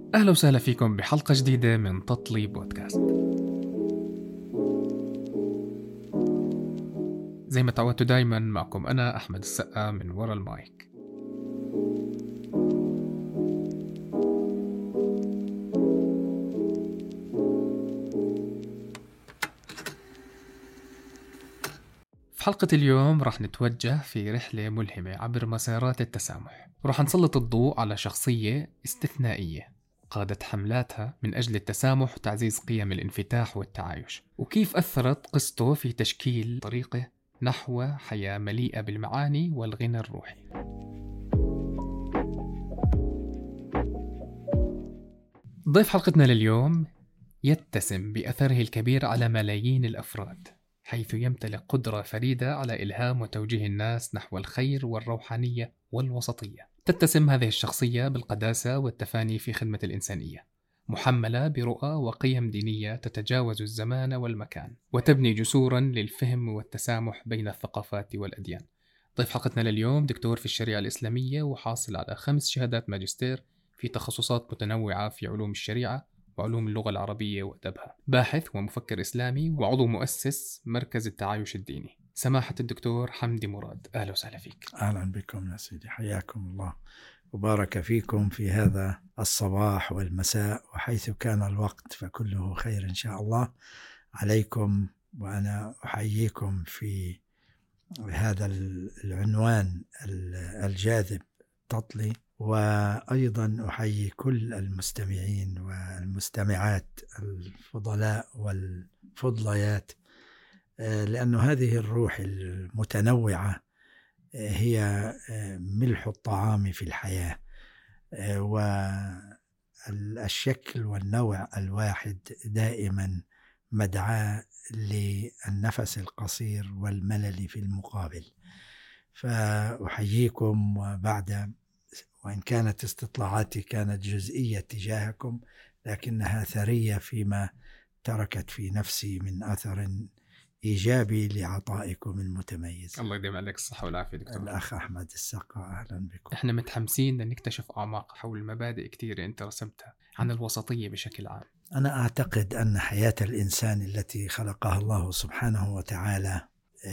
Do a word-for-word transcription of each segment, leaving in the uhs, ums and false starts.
أهلا وسهلا فيكم بحلقة جديدة من تطلي بودكاست. زي ما تعودتوا دايما معكم أنا أحمد السقا من وراء المايك. في حلقة اليوم راح نتوجه في رحلة ملهمة عبر مسارات التسامح، وراح نسلط الضوء على شخصية استثنائية قادت حملاتها من أجل التسامح وتعزيز قيم الانفتاح والتعايش، وكيف أثرت قصته في تشكيل طريقه نحو حياة مليئة بالمعاني والغنى الروحي. ضيف حلقتنا لليوم يتسم بأثره الكبير على ملايين الأفراد، حيث يمتلك قدرة فريدة على إلهام وتوجيه الناس نحو الخير والروحانية والوسطية. تتسم هذه الشخصية بالقداسة والتفاني في خدمة الإنسانية، محملة برؤى وقيم دينية تتجاوز الزمان والمكان، وتبني جسورا للفهم والتسامح بين الثقافات والأديان. ضيف حلقتنا لليوم دكتور في الشريعة الإسلامية، وحاصل على خمس شهادات ماجستير في تخصصات متنوعة في علوم الشريعة وعلوم اللغة العربية وأدبها، باحث ومفكر إسلامي وعضو مؤسس مركز التعايش الديني. سماحة الدكتور حمدي مراد، أهلا وسهلا فيك. أهلا بكم يا سيدي، حياكم الله وبارك فيكم في هذا الصباح والمساء، وحيث كان الوقت فكله خير إن شاء الله عليكم. وأنا أحييكم في هذا العنوان الجاذب تطلي، وأيضا أحيي كل المستمعين والمستمعات الفضلاء والفضليات، لأن هذه الروح المتنوعة هي ملح الطعام في الحياة، والشكل والنوع الواحد دائما مدعاة للنفس القصير والملل في المقابل. فأحييكم، وبعد وإن كانت استطلاعاتي كانت جزئية تجاهكم لكنها ثرية فيما تركت في نفسي من أثر إيجابي لعطائكم المتميز. الله يديم عليك الصحة والعافية دكتور. الأخ أحمد السقا، أهلا بكم. إحنا متحمسين نكتشف أعماق حول مبادئ كثيرة أنت رسمتها عن الوسطية بشكل عام. أنا أعتقد أن حياة الإنسان التي خلقها الله سبحانه وتعالى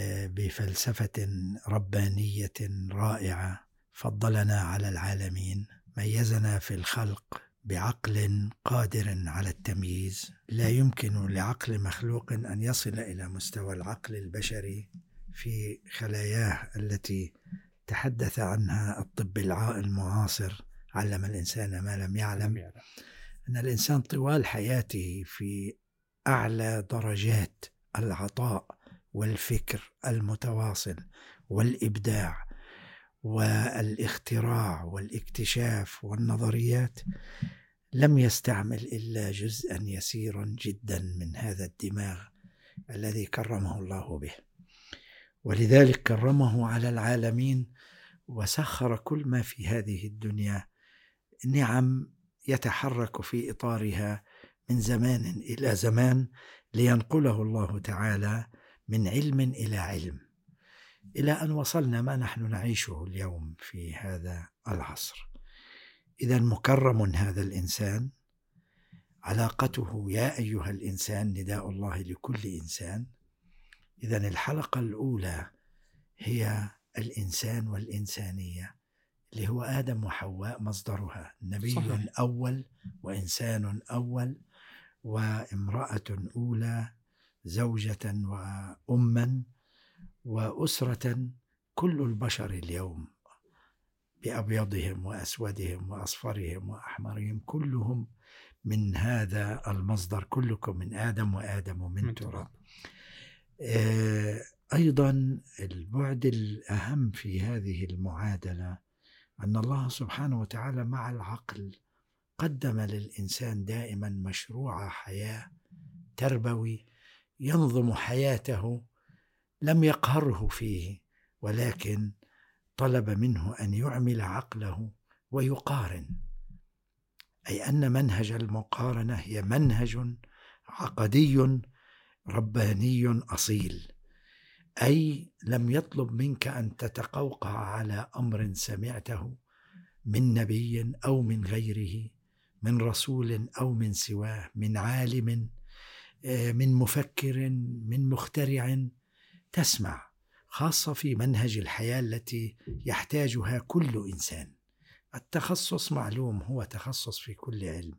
بفلسفة ربانية رائعة فضلنا على العالمين، ميزنا في الخلق بعقل قادر على التمييز. لا يمكن لعقل مخلوق أن يصل إلى مستوى العقل البشري في خلاياه التي تحدث عنها الطب المعاصر، علم الإنسان ما لم يعلم. أن الإنسان طوال حياته في أعلى درجات العطاء والفكر المتواصل والإبداع والاختراع والاكتشاف والنظريات لم يستعمل إلا جزءا يسيرا جدا من هذا الدماغ الذي كرمه الله به، ولذلك كرمه على العالمين وسخر كل ما في هذه الدنيا نعم يتحرك في إطارها من زمان إلى زمان، لينقله الله تعالى من علم إلى علم، إلى أن وصلنا ما نحن نعيشه اليوم في هذا العصر. إذا مكرم هذا الإنسان، علاقته يا أيها الإنسان نداء الله لكل إنسان. إذا الحلقة الأولى هي الإنسان والإنسانية، اللي هو آدم وحواء مصدرها، نبي صحيح. أول وإنسان أول وامرأة أولى، زوجة وأما وأسرة. كل البشر اليوم بأبيضهم وأسودهم وأصفرهم وأحمرهم كلهم من هذا المصدر، كلكم من آدم وآدم من تراب. آه أيضا البعد الأهم في هذه المعادلة أن الله سبحانه وتعالى مع العقل قدم للإنسان دائما مشروع حياة تربوي ينظم حياته، لم يقهره فيه ولكن طلب منه أن يعمل عقله ويقارن، أي أن منهج المقارنة هي منهج عقدي رباني أصيل، أي لم يطلب منك أن تتقوقع على أمر سمعته من نبي أو من غيره من رسول أو من سواه، من عالم، من مفكر، من مخترع، تسمع، خاصة في منهج الحياة التي يحتاجها كل إنسان. التخصص معلوم، هو تخصص في كل علم،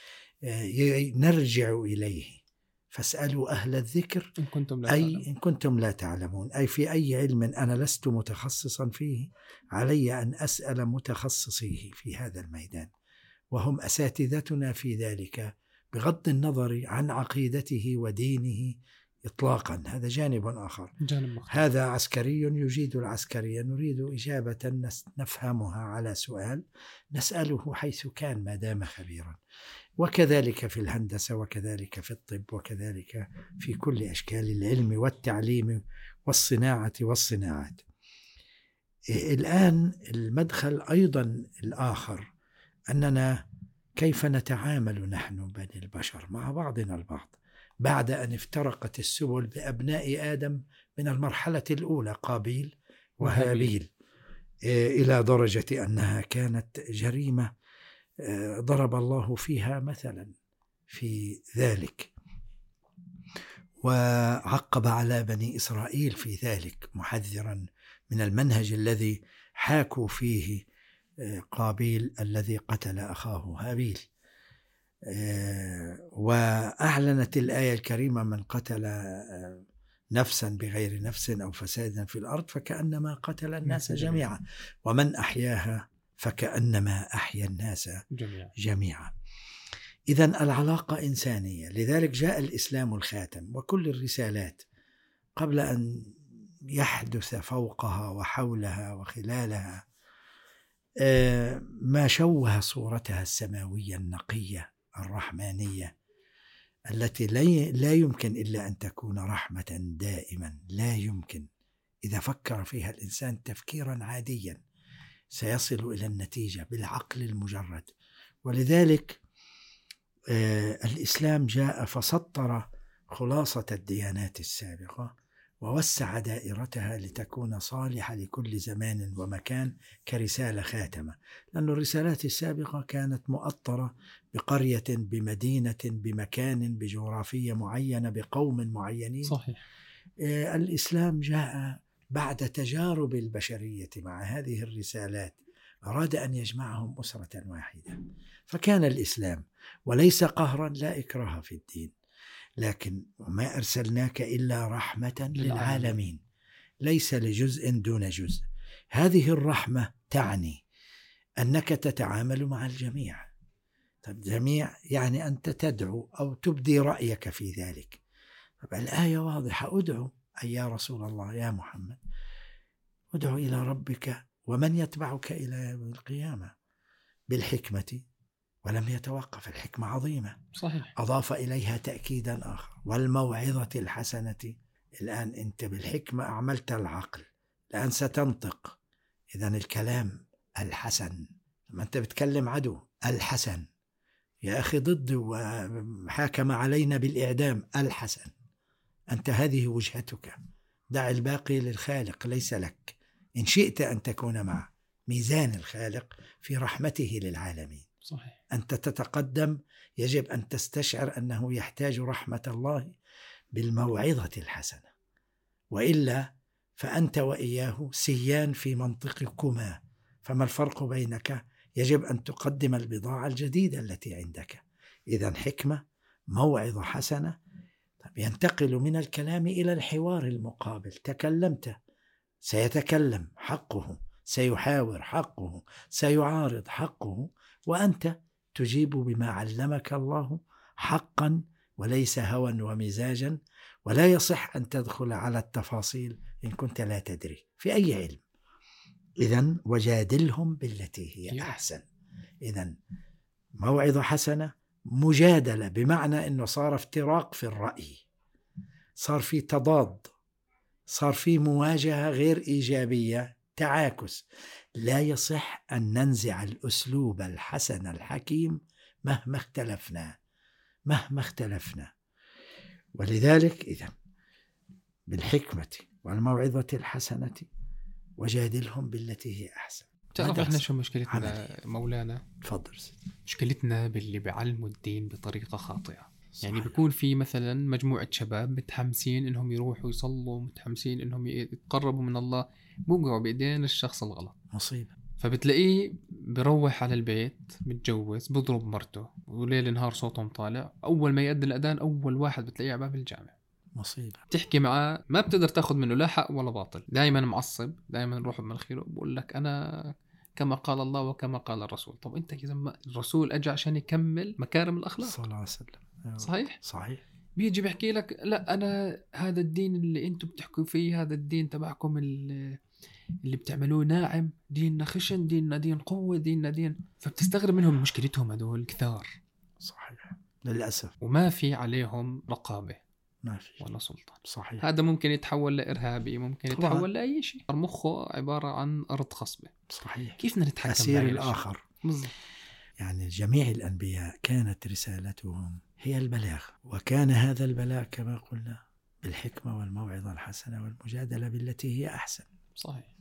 نرجع إليه، فاسألوا أهل الذكر إن كنتم لا أي تعلمون. إن كنتم لا تعلمون، أي في أي علم أنا لست متخصصا فيه علي أن أسأل متخصصيه في هذا الميدان، وهم أساتذتنا في ذلك، بغض النظر عن عقيدته ودينه إطلاقا. هذا جانب آخر، جانب مختلف. هذا عسكري يجيد العسكرية، نريد إجابة نفهمها على سؤال نسأله حيث كان ما دام خبيرا. وكذلك في الهندسة، وكذلك في الطب، وكذلك في كل أشكال العلم والتعليم والصناعة والصناعات. الآن المدخل أيضا الآخر أننا كيف نتعامل نحن بني البشر مع بعضنا البعض بعد أن افترقت السبل بأبناء آدم من المرحلة الأولى قابيل وهابيل إلى درجة أنها كانت جريمة ضرب الله فيها مثلا في ذلك، وعقب على بني إسرائيل في ذلك، محذرا من المنهج الذي حاكوا فيه قابيل الذي قتل أخاه هابيل. وأعلنت الآية الكريمة: من قتل نفسا بغير نفس أو فساد في الأرض فكأنما قتل الناس جميعا، ومن أحياها فكأنما أحيا الناس جميعا, جميعا. إذن العلاقة إنسانية، لذلك جاء الإسلام الخاتم، وكل الرسالات قبل أن يحدث فوقها وحولها وخلالها ما شوه صورتها السماوية النقية الرحمانية، التي لا يمكن إلا أن تكون رحمة دائما، لا يمكن. إذا فكر فيها الإنسان تفكيرا عاديا سيصل إلى النتيجة بالعقل المجرد. ولذلك الإسلام جاء فسطر خلاصة الديانات السابقة ووسع دائرتها لتكون صالحة لكل زمان ومكان كرسالة خاتمة، لأن الرسالات السابقة كانت مؤطرة بقرية، بمدينة، بمكان، بجغرافية معينة، بقوم معينين. صحيح. الإسلام جاء بعد تجارب البشرية مع هذه الرسالات، أراد أن يجمعهم أسرة واحدة، فكان الإسلام وليس قهرا، لا إكراه في الدين، لكن وما أرسلناك إلا رحمة للعالمين، ليس لجزء دون جزء. هذه الرحمة تعني أنك تتعامل مع الجميع. طب جميع يعني أنت تدعو أو تبدي رأيك في ذلك. طب الآية واضحة: أدعو، أي يا رسول الله يا محمد، ادعو إلى ربك ومن يتبعك إلى يوم القيامة بالحكمة، ولم يتوقف. الحكمة عظيمة. صحيح. أضاف إليها تأكيدا آخر: والموعظة الحسنة. الآن أنت بالحكمة أعملت العقل، الآن ستنطق. إذن الكلام الحسن، لما أنت بتكلم عدو الحسن، يا أخي ضد وحاكم علينا بالإعدام الحسن، أنت هذه وجهتك، دع الباقي للخالق ليس لك، إن شئت أن تكون مع ميزان الخالق في رحمته للعالمين. صحيح. أنت تتقدم، يجب أن تستشعر أنه يحتاج رحمة الله بالموعظة الحسنة، وإلا فأنت وإياه سيان في منطقكما، فما الفرق بينك؟ يجب أن تقدم البضاعة الجديدة التي عندك. إذن حكمة، موعظة حسنة. طب ينتقل من الكلام إلى الحوار المقابل. تكلمت، سيتكلم حقه، سيحاور حقه، سيعارض حقه، وأنت تجيب بما علمك الله حقا وليس هوى ومزاجا. ولا يصح أن تدخل على التفاصيل إن كنت لا تدري في أي علم. إذن وجادلهم بالتي هي أحسن. إذن موعظة حسنة، مجادلة، بمعنى أنه صار افتراق في الرأي، صار في تضاد، صار في مواجهة غير إيجابية، تعاكس. لا يصح أن ننزع الأسلوب الحسن الحكيم مهما اختلفنا مهما اختلفنا. ولذلك إذن بالحكمة والموعظة الحسنة وجادلهم بالتي هي أحسن. بتعرف إحنا شو مشكلتنا عملية. مولانا تفضل. مشكلتنا باللي بيعلموا الدين بطريقة خاطئة. يعني بيكون في مثلا مجموعة شباب متحمسين إنهم يروحوا يصلوا، متحمسين إنهم يتقربوا من الله، بوقعوا بإيدين الشخص الغلط، مصيبة. فبتلاقيه بروح على البيت متجوز، بضرب مرته، وليل نهار صوتهم طالع، أول ما يأذن الأذان أول واحد بتلاقيه على باب الجامع. مصيبة. تحكي معاه ما بتقدر تاخد منه لا حق ولا باطل، دائما معصب، دائما روح من الخير، بقول لك أنا كما قال الله وكما قال الرسول. طب أنت إذا ما الرسول أجى عشان يكمل مكارم الأخلاق صلى الله عليه وسلم، صحيح؟ صحيح. بيجي بيحكي لك لا أنا هذا الدين اللي أنتم بتحكوا فيه، هذا الدين تبعكم اللي اللي بتعملوه ناعم، ديننا خشن، ديننا دين قوة، ديننا دين، فبتستغرب منهم. مشكلتهم هدول كثار، صحيح للأسف، وما في عليهم رقابة، ما في ولا سلطان. صحيح. هذا ممكن يتحول لإرهابي، ممكن طبعا. يتحول لأي شيء، مخه عبارة عن أرض خصبة. صحيح. كيف بدنا نتحكم أسير الآخر بالضبط. يعني جميع الأنبياء كانت رسالتهم هي البلاغ، وكان هذا البلاغ كما قلنا بالحكمة والموعظة الحسنة والمجادلة بالتي هي أحسن. صحيح.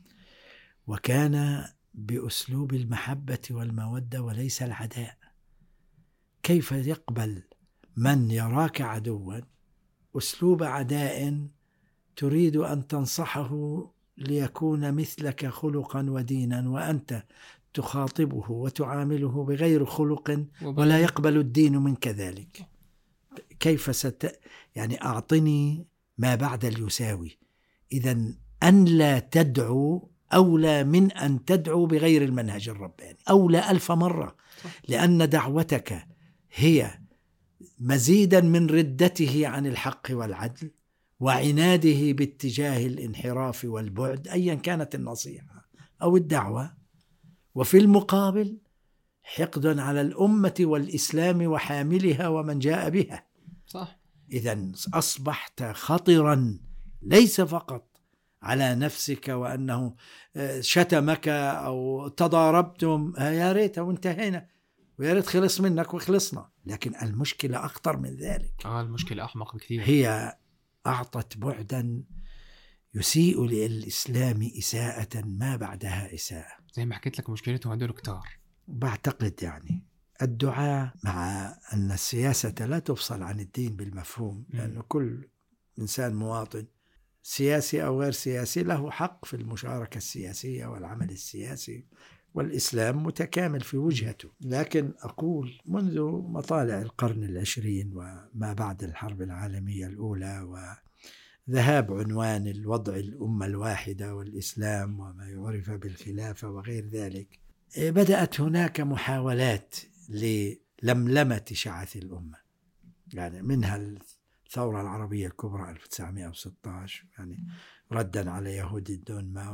وكان بأسلوب المحبة والمودة وليس العداء. كيف يقبل من يراك عدوا أسلوب عداء تريد أن تنصحه ليكون مثلك خلقا ودينا، وأنت تخاطبه وتعامله بغير خلق ولا يقبل الدين منك ذلك؟ كيف ست يعني أعطني ما بعد اليساوي. إذن أن لا تدعو أولى من أن تدعو بغير المنهج الرباني، أولى ألف مرة، لأن دعوتك هي مزيدا من ردته عن الحق والعدل وعناده باتجاه الانحراف والبعد أيا كانت النصيحة أو الدعوة، وفي المقابل حقد على الأمة والإسلام وحاملها ومن جاء بها. صح. إذن أصبحت خطرا ليس فقط على نفسك وأنه شتمك أو تضاربتم، يا ريت وانتهينا ويا ريت خلص منك وخلصنا، لكن المشكلة أخطر من ذلك. آه المشكلة أحمق بكثير. هي أعطت بعدا يسيء للإسلام إساءة ما بعدها إساءة. زي ما حكيت لك مشكلتهم هدول كتار. بعتقد يعني الدعاء، مع أن السياسة لا تفصل عن الدين بالمفهوم، لأنه كل إنسان مواطن سياسي أو غير سياسي له حق في المشاركة السياسية والعمل السياسي، والإسلام متكامل في وجهته. لكن أقول منذ مطالع القرن العشرين وما بعد الحرب العالمية الأولى وذهاب عنوان الوضع الأمة الواحدة والإسلام وما يعرف بالخلافة وغير ذلك، بدأت هناك محاولات للملمة شعث الأمة، يعني منها الثورة العربية الكبرى ألف وتسعمائة وستة عشر، يعني ردا على يهود الدنما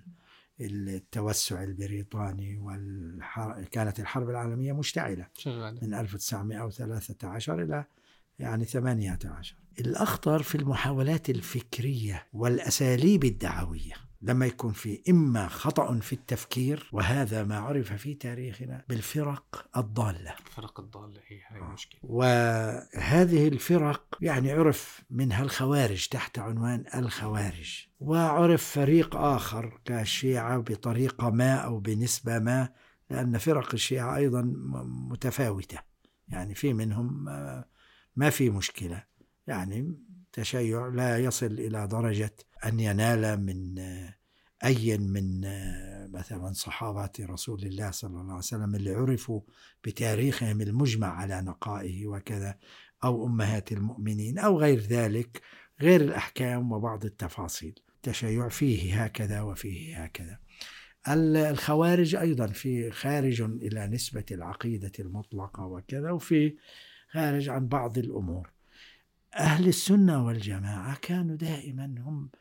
والتوسع البريطاني، وكانت الحرب العالمية مشتعلة من ألف وتسعمائة وثلاثة عشر إلى يعني ثمانية عشر. الأخطر في المحاولات الفكرية والأساليب الدعوية لما يكون في إما خطأ في التفكير، وهذا ما عرف في تاريخنا بالفرق الضالة. الفرق الضالة هي هاي المشكلة. وهذه الفرق يعني عرف منها الخوارج تحت عنوان الخوارج، وعرف فريق آخر كالشيعة بطريقة ما أو بنسبة ما، لأن فرق الشيعة أيضا متفاوتة، يعني في منهم ما في مشكلة، يعني تشيع لا يصل إلى درجة أن ينال من أي من مثلا صحابة رسول الله صلى الله عليه وسلم اللي عرفوا بتاريخهم المجمع على نقائه وكذا، أو أمهات المؤمنين أو غير ذلك، غير الأحكام وبعض التفاصيل. تشيع فيه هكذا وفيه هكذا. الخوارج أيضا في خارج إلى نسبة العقيدة المطلقة وكذا، وفي خارج عن بعض الأمور. أهل السنة والجماعة كانوا دائما هم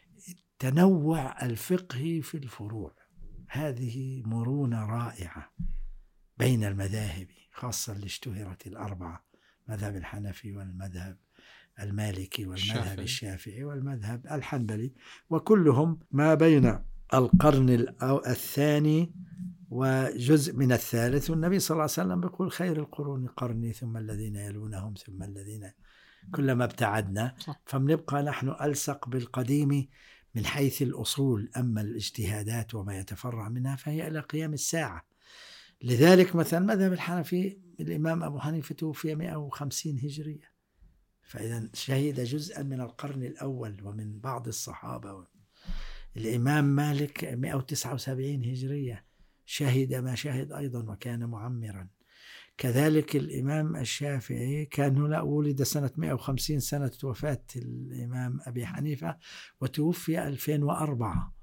تنوع الفقه في الفروع، هذه مرونة رائعة بين المذاهب، خاصة اللي اشتهرت الأربعة، مذهب الحنفي والمذهب المالكي والمذهب الشافعي والمذهب الحنبلي، وكلهم ما بين القرن الثاني وجزء من الثالث، والنبي صلى الله عليه وسلم بيقول خير القرون قرني ثم الذين يلونهم ثم الذين، كلما ابتعدنا فبنبقى نحن ألصق بالقديم من حيث الأصول. أما الاجتهادات وما يتفرع منها فهي إلى قيام الساعة. لذلك مثلا مذهب الحنفي الإمام أبو حنيفة توفي مئة وخمسين هجرية، فإذا شهد جزءا من القرن الأول ومن بعض الصحابة. الإمام مالك مئة وتسعة وسبعين هجرية، شهد ما شهد أيضا وكان معمرا. كذلك الإمام الشافعي كان لا ولد سنة مئة وخمسين سنة وفاة الإمام أبي حنيفة، وتوفي ألفين وأربعة.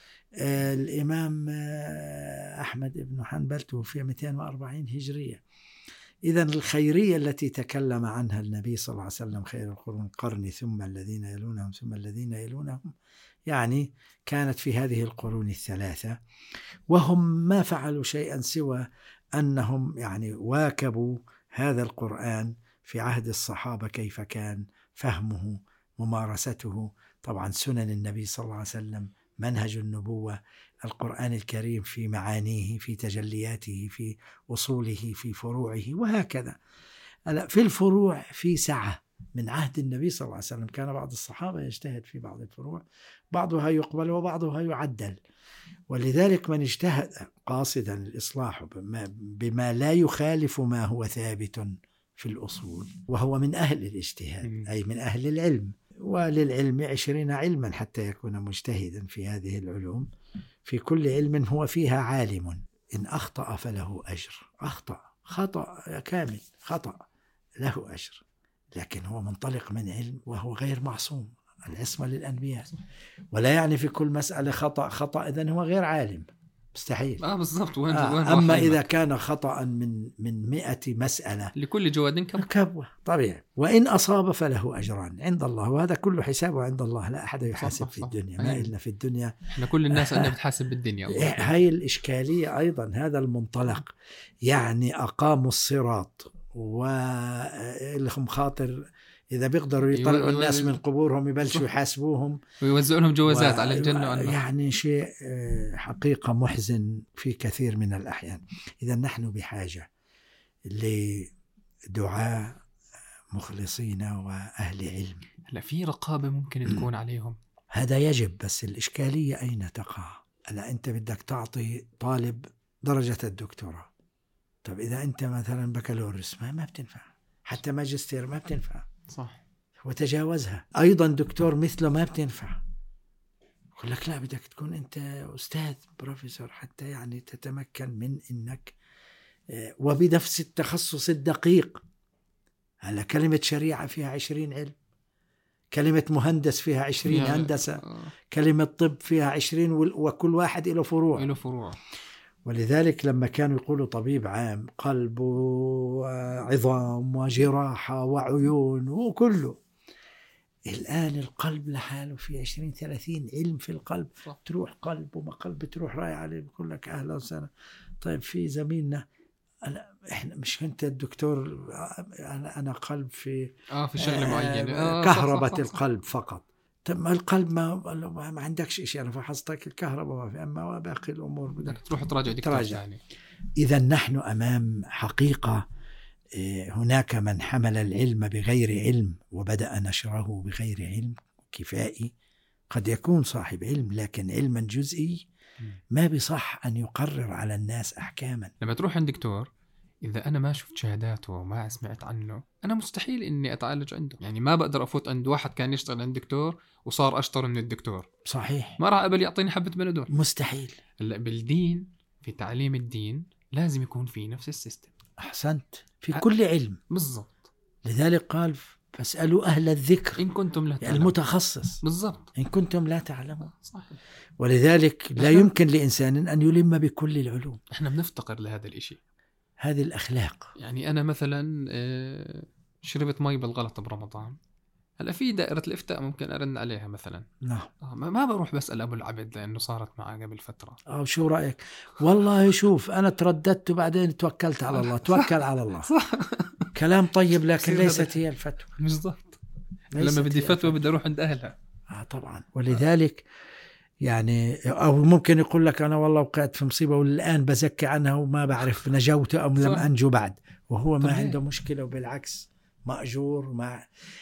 الإمام أحمد بن حنبل توفي مئتين وأربعين هجرية. إذن الخيرية التي تكلم عنها النبي صلى الله عليه وسلم خير القرون قرني ثم الذين يلونهم ثم الذين يلونهم، يعني كانت في هذه القرون الثلاثة، وهم ما فعلوا شيئا سوى أنهم يعني واكبوا هذا القرآن في عهد الصحابة كيف كان فهمه ممارسته. طبعا سنن النبي صلى الله عليه وسلم، منهج النبوة، القرآن الكريم في معانيه، في تجلياته، في أصوله، في فروعه، وهكذا. في الفروع في سعة من عهد النبي صلى الله عليه وسلم. كان بعض الصحابة يجتهد في بعض الفروع، بعضها يقبل وبعضها يعدل. ولذلك من اجتهد قاصدا الإصلاح بما, بما لا يخالف ما هو ثابت في الأصول وهو من أهل الاجتهاد، أي من أهل العلم. وللعلم عشرين علما حتى يكون مجتهدا في هذه العلوم. في كل علم هو فيها عالم، إن أخطأ فله أجر، أخطأ خطأ كامل خطأ له أجر، لكن هو منطلق من علم وهو غير معصوم، العصمة للأنبياء. ولا يعني في كل مسألة خطأ خطأ إذن هو غير عالم، مستحيل. آه بالضبط. وين آه وين أما إذا كان خطأ من من مئة مسألة لكل جواد كبوة طبيعي، وإن أصاب فله أجران عند الله، وهذا كله حسابه عند الله، لا أحد يحاسب في الدنيا. ما إلنا في الدنيا إحنا كل الناس أنها بتحاسب بالدنيا. هاي الإشكالية أيضا، هذا المنطلق. يعني أقاموا الصراط ولهم خاطر إذا بيقدروا يطلعوا الناس من قبورهم يبلشوا يحاسبوهم ويوزعوا لهم جوازات و... على الجنة والنار. يعني شيء حقيقة محزن في كثير من الأحيان. إذا نحن بحاجة لدعاء مخلصين وأهل علم. هلا في رقابة ممكن تكون عليهم، هذا يجب، بس الإشكالية أين تقع؟ هلا أنت بدك تعطي طالب درجة الدكتوراه، طب إذا أنت مثلا بكالوريوس ما ما بتنفع، حتى ماجستير ما بتنفع، صح، وتجاوزها. أيضا دكتور مثله ما بتنفع. يقول لك لا بدك تكون أنت أستاذ بروفيسور حتى يعني تتمكن من إنك وبنفس التخصص الدقيق. هلا كلمة شريعة فيها عشرين علم، كلمة مهندس فيها عشرين هندسة، آه. كلمة طب فيها عشرين، وكل واحد له فروع له فروع. ولذلك لما كانوا يقولوا طبيب عام قلب وعظام وجراحة وعيون وكله، الآن القلب لحاله في عشرين ثلاثين علم في القلب. صح. تروح قلب وما قلب تروح رايح عليه بيقول لك أهلا وسهلا. طيب في زميلنا أنا إحنا مش أنت الدكتور، أنا أنا قلب في آه في شغلة معينة آه كهربة القلب فقط. طب ما القلب ما ما عندكش شيء، أنا فحصتك الكهرباء ما في، أما باقي الأمور بدك تروح تراجع دكتور ثاني. إذا نحن أمام حقيقة، هناك من حمل العلم بغير علم وبدأ نشره بغير علم كفائي. قد يكون صاحب علم لكن علما جزئي، ما بصح أن يقرر على الناس أحكاما. لما تروح عند دكتور، إذا أنا ما شفت شهاداته وما سمعت عنه، أنا مستحيل إني أتعالج عنده. يعني ما بقدر أفوت عند واحد كان يشتغل عند دكتور وصار أشطر من الدكتور. صحيح. ما راح أقبل يعطيني حبة بندول، مستحيل. هلا بالدين، في تعليم الدين لازم يكون في نفس السيستم. أحسنت. في كل علم بالضبط. لذلك قال فاسألوا أهل الذكر إن كنتم لا تعلمون. المتخصص. بالضبط. إن كنتم لا تعلمون. صحيح. ولذلك لا يمكن لإنسان أن يلم بكل العلوم. إحنا بنفتقر لهذا الإشي، هذه الأخلاق. يعني أنا مثلا شربت مي بالغلط برمضان، هلا في دائرة الإفتاء ممكن أرن عليها مثلا. نعم. ما بروح بسأل أبو العبد لأنه صارت معه قبل فترة. أو شو رأيك؟ والله شوف أنا ترددت وبعدين توكلت على الله. توكل على الله. كلام طيب لكن ليست هي الفتوى. بالضبط. لما بدي فتوى بدي أروح عند أهلها. آه طبعا. ولذلك يعني أو ممكن يقول لك أنا والله وقعت في مصيبة والآن بزكي عنها وما بعرف نجوت أم لم أنجو بعد، وهو ما عنده مشكلة وبالعكس مأجور. مع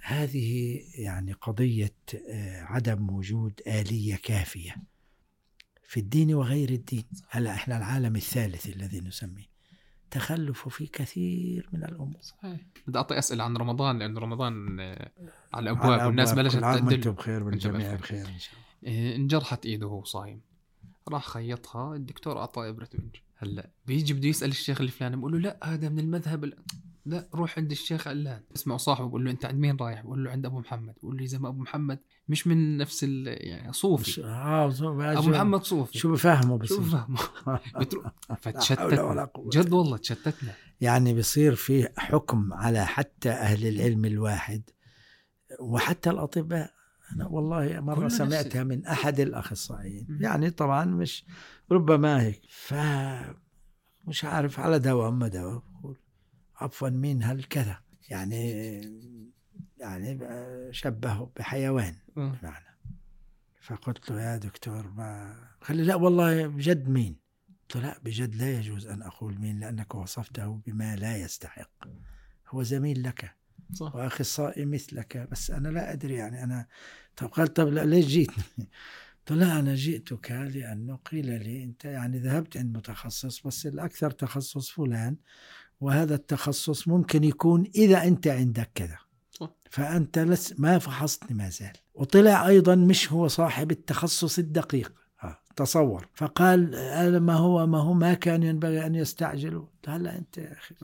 هذه يعني قضية عدم وجود آلية كافية في الدين وغير الدين. هلا احنا العالم الثالث الذي نسميه تخلف في كثير من الأمور. صحيح. بدي أعطي أسئلة عن رمضان، لأن رمضان على الأبواب على والناس أبواب. بلشت كل عام تقدم. وانتم بخير والجميع بخير إن شاء الله. انجرحت إيده وهو صايم، راح خيطها، الدكتور أعطاه إبرة بنج. هلا بيجي بده يسأل الشيخ الفلاني، بقول له لا هذا من المذهب ال... لا روح عند الشيخ علان. اسمعوا صاحبه بقول له أنت عند مين رايح؟ بقول له عند أبو محمد. بقول له إذا ما أبو محمد مش من نفس ال... يعني صوفي. آه أبو محمد صوفي. شو بفهمه بس شو بفهمه بترو... فتشتتنا جد والله تشتتنا. يعني بيصير في حكم على حتى أهل العلم الواحد وحتى الأطباء. أنا والله مرة سمعتها من أحد الأخصائيين، يعني طبعا مش ربما هيك، فمش عارف على دواء ما دواء، عفوا مين هالكذا، يعني يعني شبهه بحيوان معنى. فقلت له يا دكتور ما خلي، لا والله بجد مين؟ قلت له لا بجد لا يجوز أن أقول مين، لأنك وصفته بما لا يستحق. هو زميل لك صح. وأخصائي مثلك، بس أنا لا أدري يعني أنا. طب قال طب لا ليش جيتني؟ قلت لا أنا جئتك لأنه قيل لي أنت يعني ذهبت عند متخصص، بس الأكثر تخصص فلان، وهذا التخصص ممكن يكون إذا أنت عندك كذا، فأنت لس ما فحصتني ما زال. وطلع أيضا مش هو صاحب التخصص الدقيق، تصور. فقال ما هو ما هو ما كان ينبغي أن يستعجلوا. هلا أنت يا أخي.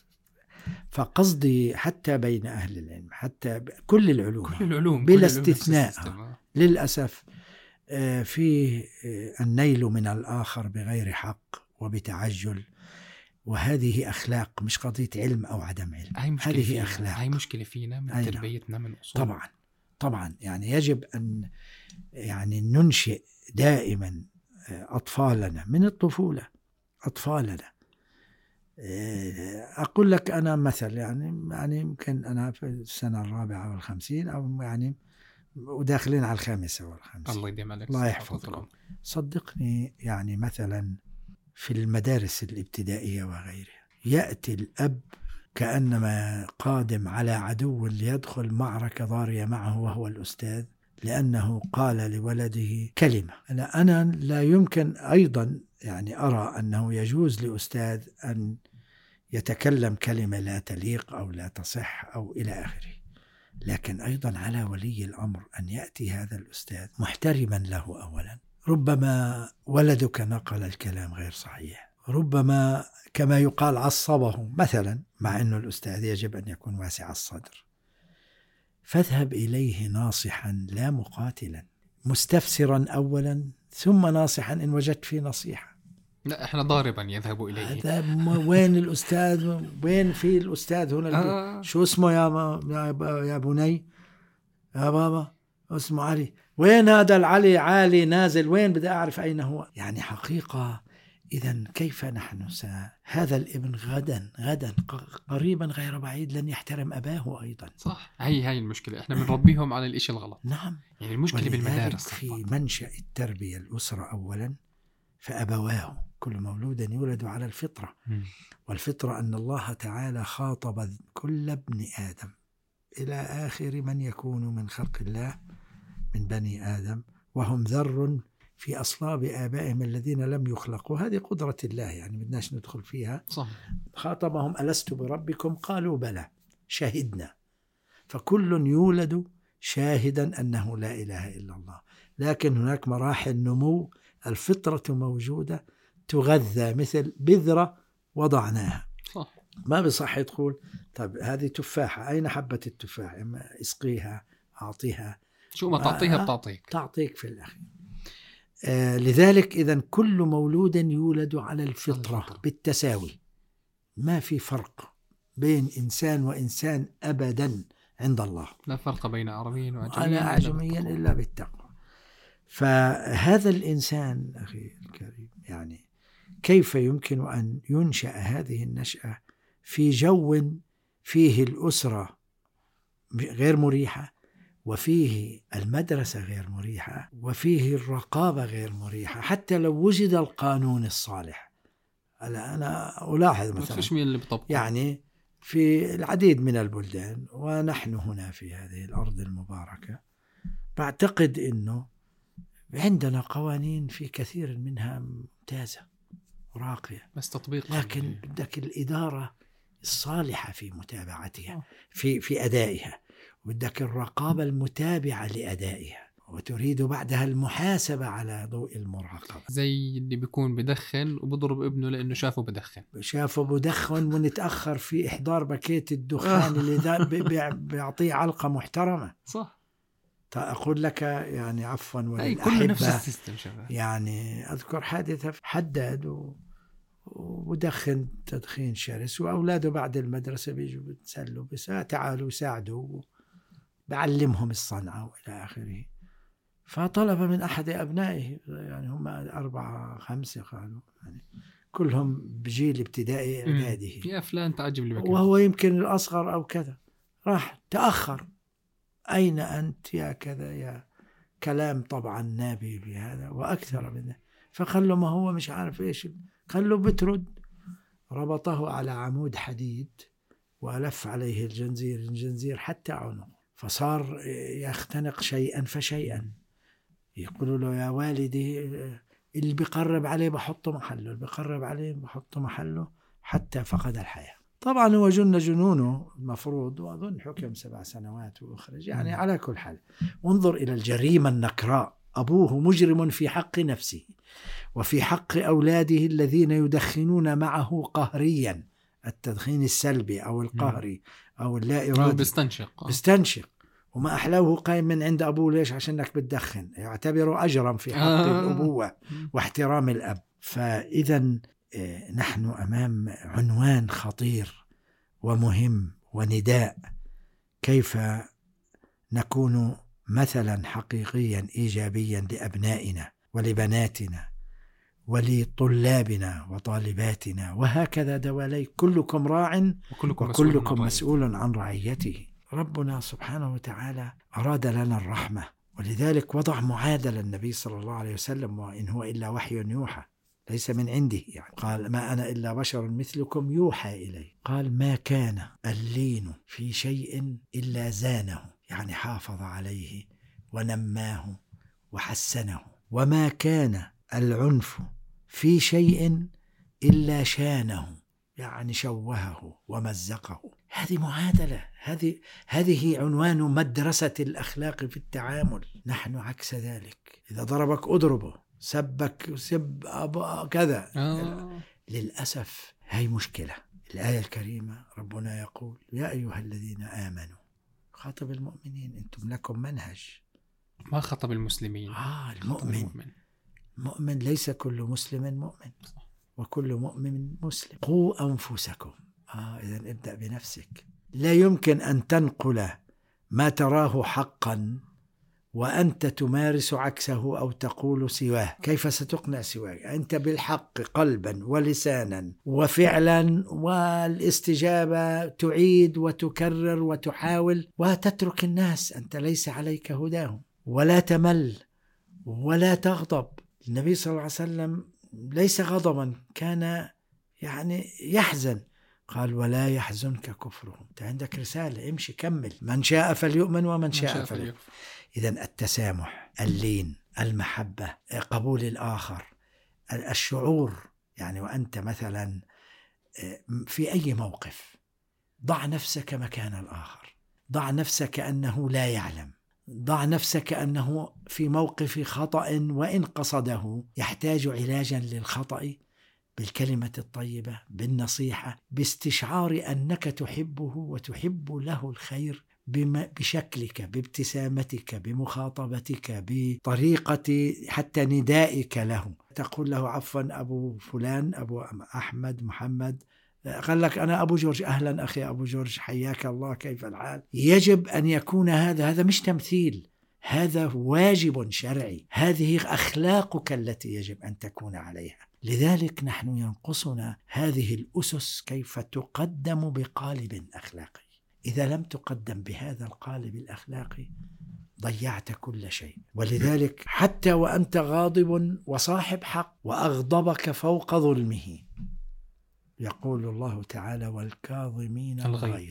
فقصدي حتى بين أهل العلم، حتى كل العلوم, كل العلوم بلا استثناء للأسف فيه النيل من الآخر بغير حق وبتعجل، وهذه أخلاق مش قضية علم أو عدم علم. هذه أخلاق، هاي مشكلة فينا من تربيتنا من أصول. طبعا طبعا يعني يجب أن يعني ننشئ دائما أطفالنا من الطفولة، أطفالنا. أقول لك أنا مثل يعني يعني يمكن أنا في السنة الرابعة والخمسين أو يعني وداخلين على الخامسة والخمسين. الله يديم عليك. الله يحفظكم. صدقني يعني مثلا في المدارس الابتدائية وغيرها يأتي الأب كأنما قادم على عدو ليدخل معركة ضارية معه وهو الأستاذ، لأنه قال لولده كلمة. أنا أنا لا يمكن أيضا يعني أرى أنه يجوز لأستاذ أن يتكلم كلمة لا تليق أو لا تصح أو إلى آخره، لكن أيضا على ولي الأمر أن يأتي هذا الأستاذ محترما له. أولا ربما ولدك نقل الكلام غير صحيح، ربما كما يقال عصبه مثلا، مع أن الأستاذ يجب أن يكون واسع الصدر. فاذهب إليه ناصحا لا مقاتلا، مستفسرا أولا ثم ناصحا إن وجدت فيه نصيحة. لا احنا ضاربا يذهب إليه. هذا وين الأستاذ؟ وين في الأستاذ هنا؟ آه. شو اسمه يا ما يا بني يا بابا؟ اسمه علي. وين هذا العلي؟ عالي نازل وين؟ بدي أعرف أين هو. يعني حقيقة إذن كيف نحن س... هذا الابن غدا غدا قريبا غير بعيد لن يحترم أباه أيضا. صح. هي هاي المشكلة، إحنا بنربيهم على الإشي الغلط. نعم. يعني المشكلة بالمدارس في منشأ التربية الأسرة أولا، فأبواه كل مولود يولد على الفطرة. م. والفطرة أن الله تعالى خاطب كل ابن آدم إلى آخر من يكون من خلق الله من بني آدم، وهم ذر في أصلاب آبائهم الذين لم يخلقوا. هذه قدرة الله يعني بدناش ندخل فيها. صح. خاطبهم ألست بربكم قالوا بلى شهدنا. فكل يولد شاهدا أنه لا إله إلا الله، لكن هناك مراحل نمو. الفطرة موجودة تغذى مثل بذرة وضعناها. صح. ما بصح تقول طب هذه تفاحة، أين حبة التفاح؟ إما اسقيها أعطيها، شو ما تعطيها بتعطيك تعطيك في الأخير. آه لذلك إذن كل مولود يولد على الفطرة, الفطرة بالتساوي، ما في فرق بين إنسان وإنسان أبدا عند الله. لا فرق بين عربي وعلى أعجمي إلا بالتقوى. فهذا الإنسان أخي الكريم يعني كيف يمكن أن ينشأ هذه النشأة في جو فيه الأسرة غير مريحة، وفيه المدرسة غير مريحة، وفيه الرقابة غير مريحة، حتى لو وجد القانون الصالح. أنا ألاحظ مثلا اللي يعني في العديد من البلدان، ونحن هنا في هذه الأرض المباركة بعتقد أنه عندنا قوانين في كثير منها ممتازة وراقية، بس تطبيق، لكن بدك الإدارة الصالحة في متابعتها في في أدائها، وبدك الرقابة المتابعة لأدائها، وتريد بعدها المحاسبة على ضوء المراقبة. زي اللي بيكون بدخن وبضرب ابنه لأنه شافه بدخن شافه بدخن ونتأخر في إحضار باكيت الدخان اللي ذا بيعطيه علقة محترمة. صح. أقول لك يعني عفوا وللأحبة، يعني أذكر حادثة حداد و... ودخن تدخين شرس، وأولاده بعد المدرسة بيجوا بتسلوا بس تعالوا ساعدوا، بعلمهم الصنعة وإلى آخره. فطلب من أحد أبنائه، يعني هم أربعة خمسة قالوا، يعني كلهم بجيل ابتدائي إعداده، في أفلام تعجب لي، وهو يمكن الأصغر أو كذا، راح تأخر، أين أنت يا كذا يا كلام طبعا نابي بهذا وأكثر منه. فقال له ما هو مش عارف إيش، قال له بترد. ربطه على عمود حديد وألف عليه الجنزير الجنزير حتى عنقه، فصار يختنق شيئا فشيئا. يقول له يا والدي اللي بيقرب عليه بحطه محله، اللي بيقرب عليه بحطه محله، حتى فقد الحياة. طبعا هو جن جنونه المفروض، وأظن حكم سبع سنوات وأخرج، يعني على كل حال. وانظر إلى الجريمة النكراء، أبوه مجرم في حق نفسه وفي حق أولاده الذين يدخنون معه قهريا، التدخين السلبي أو القهري أو اللا إرادي، بيستنشق بيستنشق وما أحلاه قائم من عند أبوه. ليش؟ عشانك بتدخن، يعتبره أجرا في حق آه. الأبوة واحترام الأب. فإذا نحن أمام عنوان خطير ومهم ونداء، كيف نكون مثلا حقيقيا إيجابيا لأبنائنا ولبناتنا ولطلابنا وطالباتنا، وهكذا دوالي، كلكم راع وكلكم, وكلكم مسؤول عن رعيته. ربنا سبحانه وتعالى أراد لنا الرحمة، ولذلك وضع معادلة النبي صلى الله عليه وسلم، وإن هو إلا وحي يوحى ليس من عنده، يعني قال ما أنا إلا بشر مثلكم يوحى إلي. قال ما كان اللين في شيء إلا زانه، يعني حافظ عليه ونماه وحسنه، وما كان العنف في شيء إلا شانه، يعني شوهه ومزقه. هذه معادلة، هذه هذه عنوان مدرسة الأخلاق في التعامل. نحن عكس ذلك، إذا ضربك أضربه، سبك سب أبا كذا. آه. للأسف هاي مشكلة. الآية الكريمة ربنا يقول يا أيها الذين آمنوا، خاطب المؤمنين، أنتم لكم منهج. ما خطب المسلمين. آه المؤمن. المؤمن مؤمن، ليس كل مسلم مؤمن، وكل مؤمن مسلم. قوا أنفسكم. آه إذن ابدأ بنفسك. لا يمكن أن تنقل ما تراه حقا وأنت تمارس عكسه أو تقول سواه. كيف ستقنع سواه؟ أنت بالحق قلبا ولسانا وفعلا، والاستجابة تعيد وتكرر وتحاول وتترك الناس. أنت ليس عليك هداهم، ولا تمل ولا تغضب. النبي صلى الله عليه وسلم ليس غضبا، كان يعني يحزن. قال ولا يحزنك كفرهم. أنت عندك رسالة، امشي كمل. من شاء فليؤمن ومن شاء, شاء فليكفر. إذن التسامح، اللين، المحبة، قبول الآخر، الشعور. يعني وأنت مثلا في أي موقف ضع نفسك مكان الآخر، ضع نفسك أنه لا يعلم، ضع نفسك أنه في موقف خطأ وإن قصده يحتاج علاجا للخطأ بالكلمة الطيبة، بالنصيحة، باستشعار أنك تحبه وتحب له الخير بشكلك، بابتسامتك، بمخاطبتك، بطريقة حتى ندائك له. تقول له عفوا أبو فلان، أبو أحمد، محمد، قال لك أنا أبو جورج، أهلا أخي أبو جورج، حياك الله، كيف الحال؟ يجب أن يكون هذا هذا مش تمثيل، هذا واجب شرعي، هذه أخلاقك التي يجب أن تكون عليها. لذلك نحن ينقصنا هذه الأسس، كيف تقدم بقالب أخلاقي. إذا لم تقدم بهذا القالب الأخلاقي ضيعت كل شيء. ولذلك حتى وأنت غاضب وصاحب حق وأغضبك فوق ظلمه، يقول الله تعالى والكاظمين الغيظ.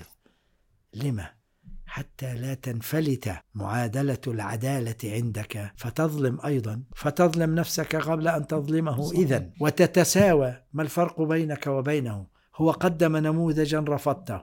لما؟ حتى لا تنفلت معادلة العدالة عندك فتظلم أيضا، فتظلم نفسك قبل أن تظلمه إذن، وتتساوى. ما الفرق بينك وبينه؟ هو قدم نموذجا رفضته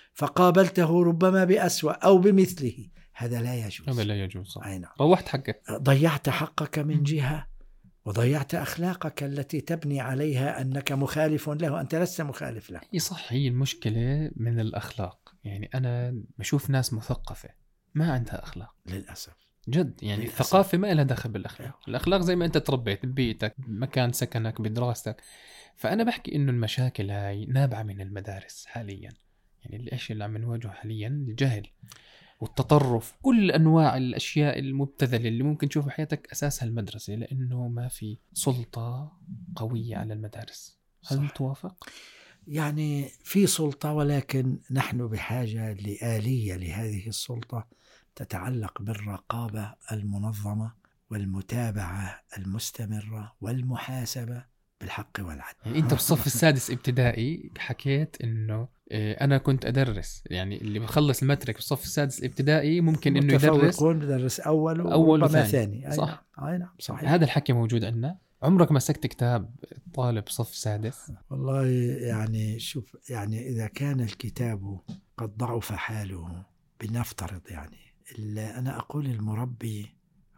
فقابلته ربما بأسوأ أو بمثله، هذا لا يجوز. هذا لا يجوز. نعم. روحت حقك، ضيعت حقك من جهة، وضيعت أخلاقك التي تبني عليها أنك مخالف له، أنت لست مخالف له. هي صح، هي المشكلة من الأخلاق. يعني أنا بشوف ناس مثقفة ما عندها أخلاق للأسف، جد. يعني للأسف. الثقافة ما لها دخل بالأخلاق. الأخلاق زي ما أنت تربيت ببيتك، مكان سكنك، بدراستك. فأنا بحكي إنه المشاكل هاي نابعة من المدارس حاليا. يعني الإشي اللي عم نواجهه حاليا الجهل والتطرف، كل أنواع الأشياء المبتذلة اللي ممكن تشوفها بحياتك أساسها المدرسة، لأنه ما في سلطة قوية على المدارس. هل صح. توافق؟ يعني في سلطة، ولكن نحن بحاجة لآلية لهذه السلطة تتعلق بالرقابة المنظمة والمتابعة المستمرة والمحاسبة بالحق والعدل. يعني أنت بالصف السادس ابتدائي حكيت إنه أنا كنت أدرس، يعني اللي بخلص المترك بالصف السادس ابتدائي ممكن إنه يدرس، متفوقون بدرس أول أول وثاني. ثاني. صح. أي نعم صحيح. هذا الحكي موجود عندنا. عمرك مسكت كتاب طالب صف سادس؟ والله يعني شوف، يعني إذا كان الكتاب قد ضعف حاله، بنفترض يعني أنا أقول المربي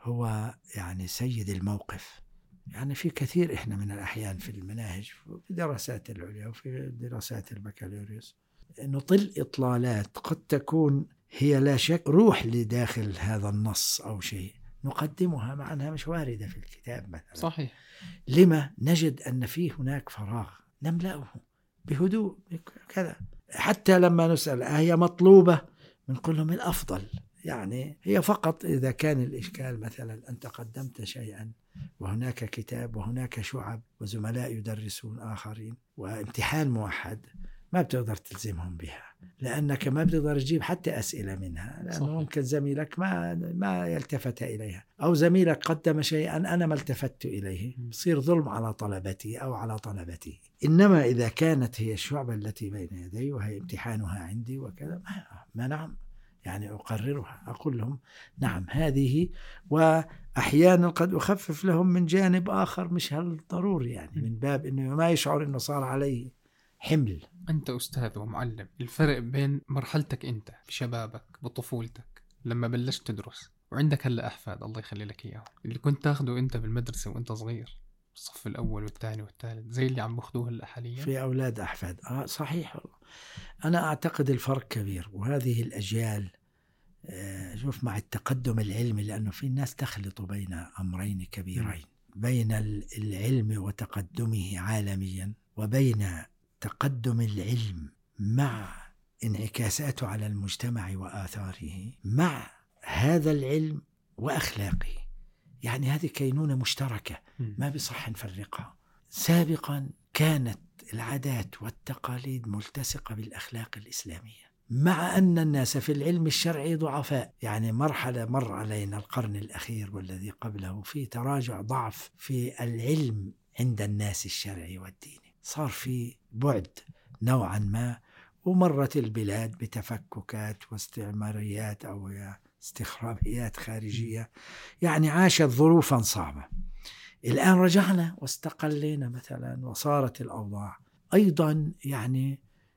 هو يعني سيد الموقف. يعني في كثير إحنا من الأحيان في المناهج في الدراسات العليا وفي دراسات البكالوريوس نطل إطلالات قد تكون هي لا شك روح لداخل هذا النص أو شيء نقدمها مع أنها مش واردة في الكتاب مثلا. صحيح. لما؟ نجد أن في هناك فراغ نملأه بهدوء كذا. حتى لما نسأل هي مطلوبة بنقول لهم الأفضل. يعني هي فقط إذا كان الإشكال مثلا أنت قدمت شيئا وهناك كتاب وهناك شعب وزملاء يدرسون آخرين وامتحان موحد، ما بتقدر تلزمهم بها، لأنك ما بتقدر تجيب حتى أسئلة منها، لأنه صحيح. ممكن زميلك ما ما يلتفت إليها، أو زميلك قدم شيئا أنا ما التفت إليه، بصير ظلم على طلبتي أو على طلبتي. إنما إذا كانت هي الشعبة التي بين يدي وهي امتحانها عندي وكذا، ما نعم يعني أقررها، أقول لهم نعم هذه، وأحيانا قد أخفف لهم من جانب آخر مش هالضروري، يعني من باب أنه ما يشعر أنه صار عليه حمل. أنت أستاذ ومعلم، الفرق بين مرحلتك أنت في شبابك بطفولتك لما بلشت تدرس وعندك هلأ أحفاد الله يخلي لك إياه، اللي كنت تاخده أنت بالمدرسة وأنت صغير الصف الأول والثاني والثالث زي اللي عم بخدوه هلأ حاليا في أولاد أحفاد. آه صحيح. أنا أعتقد الفرق كبير، وهذه الأجيال آه شوف مع التقدم العلمي، لأنه في الناس تخلط بين أمرين كبيرين، بين العلم وتقدمه عالميا، وبين تقدم العلم مع انعكاساته على المجتمع وآثاره مع هذا العلم وأخلاقه. يعني هذه كينونة مشتركة ما بصح نفرقها. سابقا كانت العادات والتقاليد ملتصقة بالأخلاق الإسلامية، مع أن الناس في العلم الشرعي ضعفاء. يعني مرحلة مر علينا القرن الأخير والذي قبله في تراجع ضعف في العلم عند الناس الشرعي والديني، صار في بعد نوعا ما، ومرت البلاد بتفككات واستعماريات أو استخرابيات خارجية، يعني عاشت ظروفا صعبة. الآن رجعنا واستقلينا مثلا وصارت الأوضاع أيضا يعني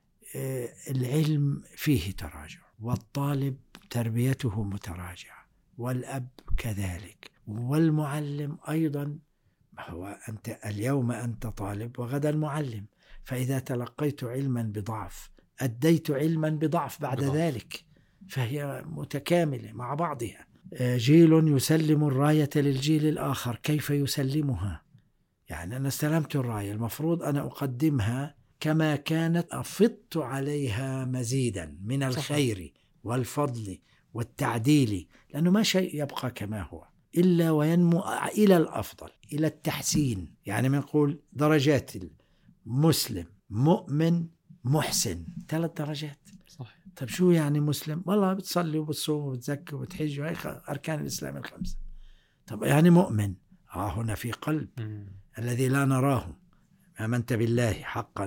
العلم فيه تراجع، والطالب تربيته متراجعة، والأب كذلك، والمعلم أيضا. هو أنت اليوم أنت طالب وغدا المعلم، فإذا تلقيت علما بضعف أديت علما بضعف بعد بضعف. ذلك، فهي متكاملة مع بعضها. جيل يسلم الراية للجيل الآخر، كيف يسلمها؟ يعني أنا استلمت الراية، المفروض أنا أقدمها كما كانت، أفضت عليها مزيدا من الخير والفضل والتعديل، لأنه ما شيء يبقى كما هو إلا وينمو إلى الأفضل، إلى التحسين. يعني بنقول درجات: مسلم، مؤمن، محسن، ثلاث درجات. صح. طب شو يعني مسلم؟ والله بتصلي وبتصوم وبتزكي وبتحج، وهي أركان الإسلام الخمسة. طب يعني مؤمن؟ آه هنا في قلب م. الذي لا نراه، آمنت بالله حقا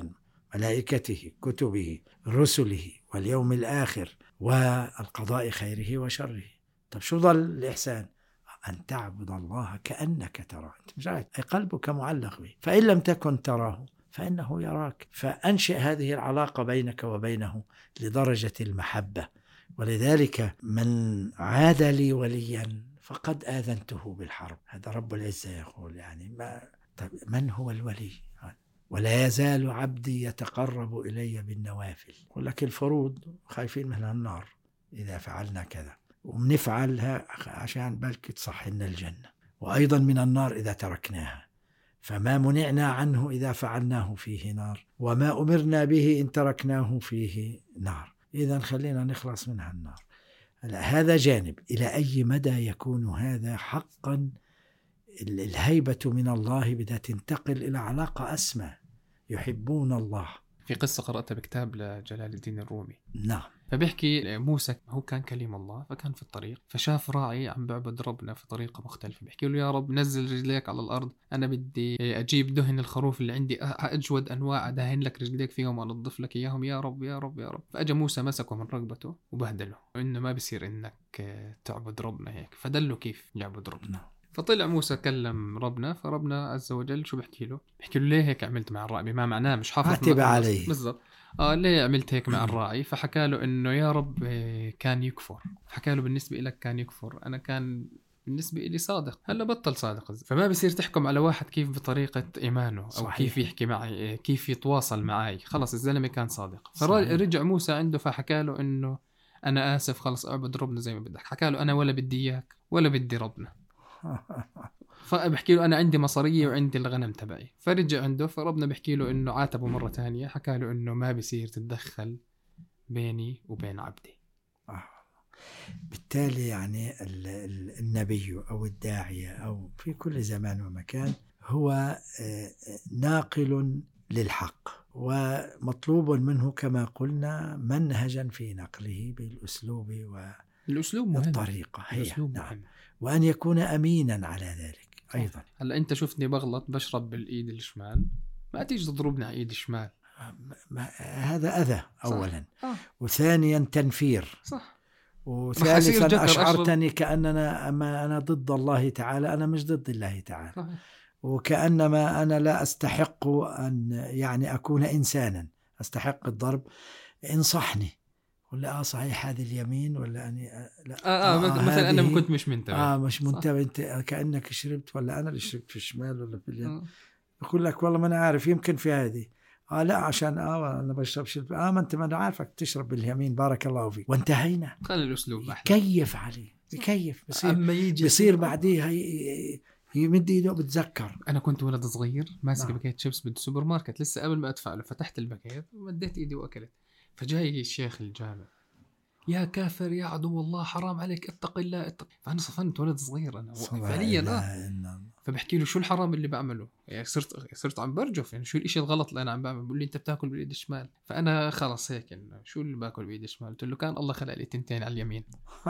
ملائكته، كتبه، رسله، واليوم الآخر، والقضاء خيره وشره. طب شو ظل الإحسان؟ أن تعبد الله كأنك تراه، أنت مش عارف، أي قلبك معلق به، فإن لم تكن تراه فإنه يراك. فأنشئ هذه العلاقة بينك وبينه لدرجة المحبة. ولذلك من عاد لي وليا فقد آذنته بالحرب. هذا رب العزة يقول. يعني ما طيب من هو الولي؟ ولا يزال عبدي يتقرب إلي بالنوافل. يقول لك الفروض خايفين من النار إذا فعلنا كذا، وبنفعلها عشان بلكي تصحنا الجنة، وأيضا من النار إذا تركناها. فما منعنا عنه إذا فعلناه فيه نار، وما أمرنا به إن تركناه فيه نار. إذا خلينا نخلص منها النار. هذا جانب. إلى أي مدى يكون هذا حقا؟ الهيبة من الله بدها تنتقل إلى علاقة أسمى، يحبون الله. في قصة قرأتها بكتاب لجلال الدين الرومي. نعم. فبيحكي موسى هو كان كليم الله، فكان في الطريق فشاف راعي عم بيعبد ربنا في طريقة مختلفة. بيحكي له يا رب نزل رجليك على الأرض، أنا بدي أجيب دهن الخروف اللي عندي أجود أنواع أدهن لك رجليك فيهم وأنظف لك إياهم يا رب يا رب يا رب. فأجا موسى مسكه من رقبته وبهدله، إنه ما بيصير إنك تعبد ربنا هيك. فدله كيف يعبد ربنا. فطلع موسى كلم ربنا، فربنا عز وجل شو بحكي له؟ بحكي له ليه هيك عملت مع الراعي؟ بما معناه مش حافظ عتب عليه بالضبط. آه ليه عملت هيك مع الراعي؟ فحكى له إنه يا رب كان يكفر. حكى له بالنسبة إلك كان يكفر، أنا كان بالنسبة إلي صادق، هلا بطل صادق. فما بصير تحكم على واحد كيف بطريقة إيمانه أو صحيح. كيف يحكي معي، كيف يتواصل معي. خلص الزلمة كان صادق. فرجع موسى عنده فحكى له إنه أنا آسف، خلص أعبد ربنا زي ما بدك. حكى له أنا ولا بدي إياك ولا بدي ربنا. فبحكي له أنا عندي مصرية وعندي الغنم تبعي. فرجع عنده، فربنا بحكي له إنه عاتبه مرة تانية، حكى له إنه ما بيصير تتدخل بيني وبين عبدي. آه. بالتالي يعني النبي أو الداعية أو في كل زمان ومكان هو ناقل للحق، ومطلوب منه كما قلنا منهجا في نقله بالأسلوب والطريقة. هي الأسلوب نعم. مهم. وأن يكون أمينا على ذلك أيضا. هلا أنت شفتني بغلط بشرب بالإيد الشمال، ما تيجي تضربني على إيد الشمال. هذا أذى أولا. آه. وثانيا تنفير. صح. وثالثا أشعرتني كأننا أما أنا ضد الله تعالى، أنا مش ضد الله تعالى. صح. وكأنما أنا لا أستحق أن يعني أكون إنسانا أستحق الضرب. انصحني ولا آه صحيح هذه اليمين ولا أني آه لا آه, آه, آه مثلا أنا ما كنت مش منتبه. آه مش منتبه. أنت كأنك شربت ولا أنا اللي شربت في الشمال ولا في اليمين. يقول لك والله ما أنا عارف، يمكن في هذه آه لا عشان آه أنا بشرب شرب آه ما أنت ما أنا عارفك تشرب باليمين بارك الله فيك. وانتهينا. خلي الأسلوب أحلى. كيف عليه بكيف بصير بصير بعديها يمد ايده بتذكر. انا كنت ولد صغير ماسك باكيت شيبس بالسوبر ماركت، لسه قبل ما ادفع له فتحت الباكيت ومديت ايدي واكلت. فجاي الشيخ الجامع يا كافر يا عدو الله حرام عليك اتق الله اتق. فانا صفنت ولد صغير انا فعليا اه فبحكي له شو الحرام اللي بعمله. يعني صرت صرت عم برجف يعني شو الاشي الغلط اللي انا عم بعمله. بقول لي انت بتاكل بالايد الشمال. فانا خلص هيك إنه شو اللي باكل بالايد الشمال. قلت له كان الله خلق لي تنتين على اليمين.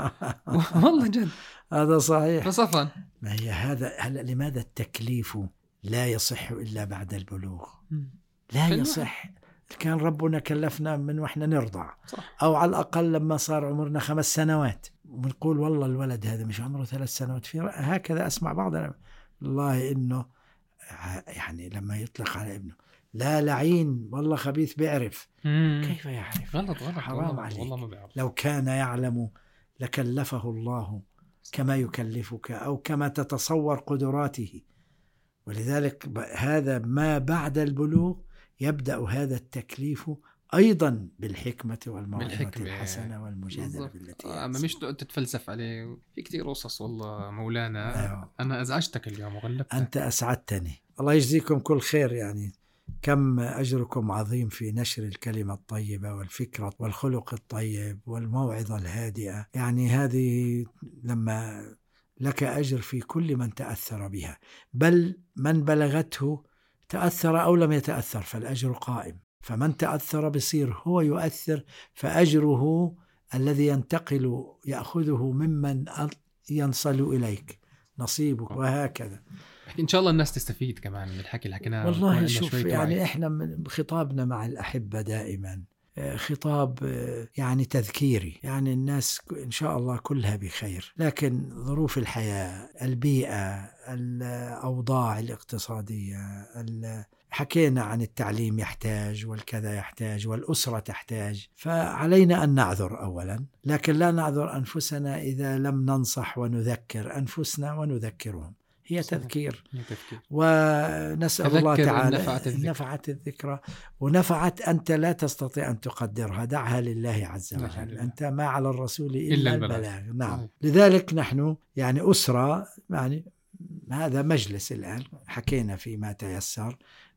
والله جد هذا صحيح. فصفن. ما هي هذا هلا لماذا التكليف لا يصح الا بعد البلوغ؟ لا يصح. كان ربنا كلفنا من واحنا نرضع صح. او على الاقل لما صار عمرنا خمس سنوات ونقول والله الولد هذا مش عمره ثلاث سنوات. في هكذا اسمع بعضنا والله انه يعني لما يطلق على ابنه لا لعين والله خبيث بيعرف. مم. كيف يعرف؟ غلط غلط حرام عليك. والله ما بيعرف. لو كان يعلم لكلفه الله كما يكلفك او كما تتصور قدراته. ولذلك هذا ما بعد البلوغ يبدأ هذا التكليف أيضا بالحكمة والموعظة الحسنة والمجادلة بالتي آه ما مش تتفلسف عليه. في كتير قصص والله مولانا. أيوه. أنا أزعجتك اليوم وغلبتك. أنت أسعدتني. الله يجزيكم كل خير. يعني كم أجركم عظيم في نشر الكلمة الطيبة والفكرة والخلق الطيب والموعظة الهادئة. يعني هذه لما لك أجر في كل من تأثر بها، بل من بلغته تأثر أو لم يتأثر فالأجر قائم. فمن تأثر بصير هو يؤثر فأجره الذي ينتقل يأخذه ممن ينصل إليك نصيبك وهكذا. إن شاء الله الناس تستفيد كمان من الحكي اللي حكيناه. والله شوف يعني إحنا من خطابنا مع الأحبة دائما خطاب يعني تذكيري، يعني الناس إن شاء الله كلها بخير، لكن ظروف الحياة، البيئة، الأوضاع الاقتصادية، حكينا عن التعليم يحتاج والكذا يحتاج والأسرة تحتاج، فعلينا أن نعذر أولا، لكن لا نعذر أنفسنا إذا لم ننصح ونذكر أنفسنا ونذكرهم. هي تذكير، هي تذكير. ونسأل الله تعالى نفعت الذكرى. نفعت الذكرى ونفعت أنت لا تستطيع أن تقدرها، دعها لله عز وجل. أنت ما على الرسول إلا, إلا البلاغ. نعم. آه. لذلك نحن يعني أسرة، يعني هذا مجلس الآن حكينا فيما تيسر،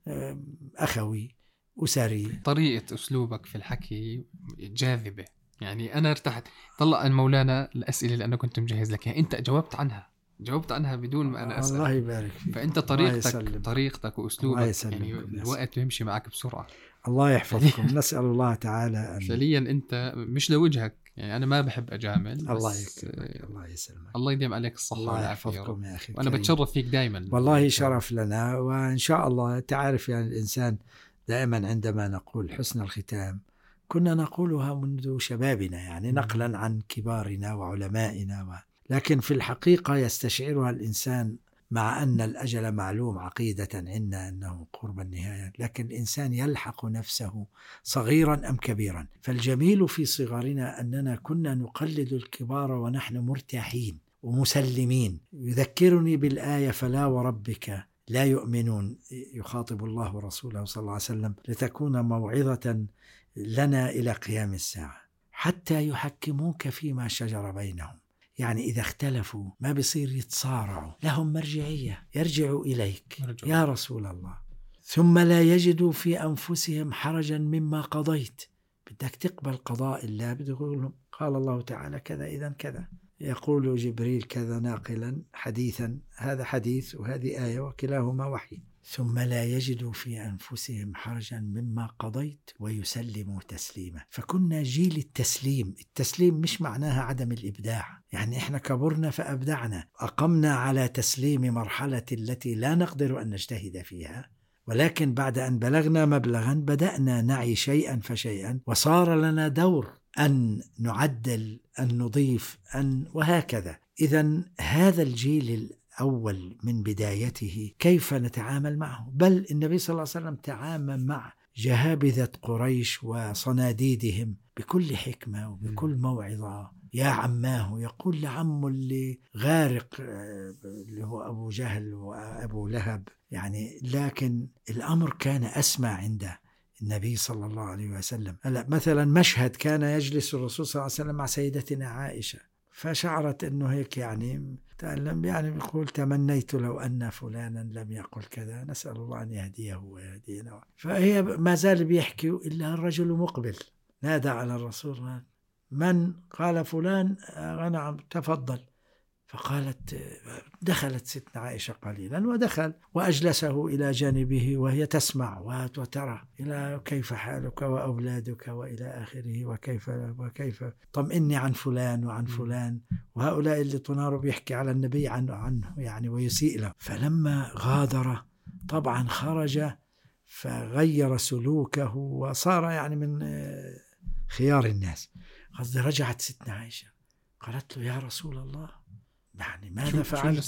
أخوي أسري. طريقة أسلوبك في الحكي جاذبة، يعني أنا ارتحت. طلع مولانا الأسئلة اللي أنا كنت مجهز لك، يعني أنت جاوبت عنها جاوبت عنها بدون ما أنا أسأل. الله يبارك فيك. فأنت طريقتك طريقتك وأسلوبك يعني الوقت بيمشي معك بسرعة. الله يحفظكم. نسأل الله تعالى أن فعليا أنت مش لوجهك، يعني أنا ما بحب أجامل. الله يكرمك. الله يسلمك. الله يديم عليك الصحة والعافية يا أخي. وأنا بتشرف فيك دائما. والله شرف لنا، وإن شاء الله تعرف يعني الإنسان دائما عندما نقول حسن الختام كنا نقولها منذ شبابنا، يعني نقلا عن كبارنا وعلمائنا و... لكن في الحقيقة يستشعرها الإنسان مع أن الأجل معلوم عقيدة عندنا أنه قرب النهاية، لكن الإنسان يلحق نفسه صغيرا أم كبيرا. فالجميل في صغرنا أننا كنا نقلد الكبار ونحن مرتاحين ومسلمين. يذكرني بالآية فلا وربك لا يؤمنون، يخاطب الله رسوله صلى الله عليه وسلم، لتكون موعظة لنا إلى قيام الساعة حتى يحكموك فيما شجر بينهم. يعني إذا اختلفوا ما بيصير يتصارعوا، لهم مرجعية، يرجعوا إليك مرجع. يا رسول الله، ثم لا يجدوا في أنفسهم حرجا مما قضيت. بدك تقبل قضاء الله، بدك تقول قال الله تعالى كذا إذن كذا، يقول جبريل كذا ناقلا حديثا، هذا حديث وهذه آية وكلاهما وحي. ثم لا يجدوا في أنفسهم حرجا مما قضيت ويسلموا تسليما. فكنا جيل التسليم. التسليم مش معناها عدم الإبداع، يعني إحنا كبرنا فأبدعنا، أقمنا على تسليم مرحلة التي لا نقدر أن نجتهد فيها، ولكن بعد أن بلغنا مبلغا بدأنا نعي شيئا فشيئا، وصار لنا دور أن نعدل، أن نضيف، أن وهكذا. إذن هذا الجيل أول من بدايته كيف نتعامل معه؟ بل النبي صلى الله عليه وسلم تعامل مع جهابذة قريش وصناديدهم بكل حكمة وبكل موعظة. يا عماه، يقول لعمه اللي غارق اللي هو أبو جهل وأبو لهب، يعني لكن الأمر كان أسمى عنده النبي صلى الله عليه وسلم. هلا مثلا مشهد كان يجلس الرسول صلى الله عليه وسلم مع سيدتنا عائشة، فشعرت أنه هيك يعني تعلم، يعني بيقول تمنيت لو أن فلانا لم يقل كذا، نسأل الله أن يهديه ويهدينا. فهي ما زال بيحكي إلا الرجل مقبل نادى على الرسول، من؟ قال فلان. نعم تفضل. فقالت دخلت ستنا عائشة قليلا ودخل وأجلسه إلى جانبه وهي تسمع وترى إلى كيف حالك وأولادك وإلى آخره، وكيف وكيف طمئني عن فلان وعن فلان، وهؤلاء اللي تنار بيحكي على النبي عنه, عنه يعني ويسيء له. فلما غادر طبعا خرج فغير سلوكه وصار يعني من خيار الناس. قصدي رجعت ستنا عائشة قالت له يا رسول الله يعني ماذا فعل؟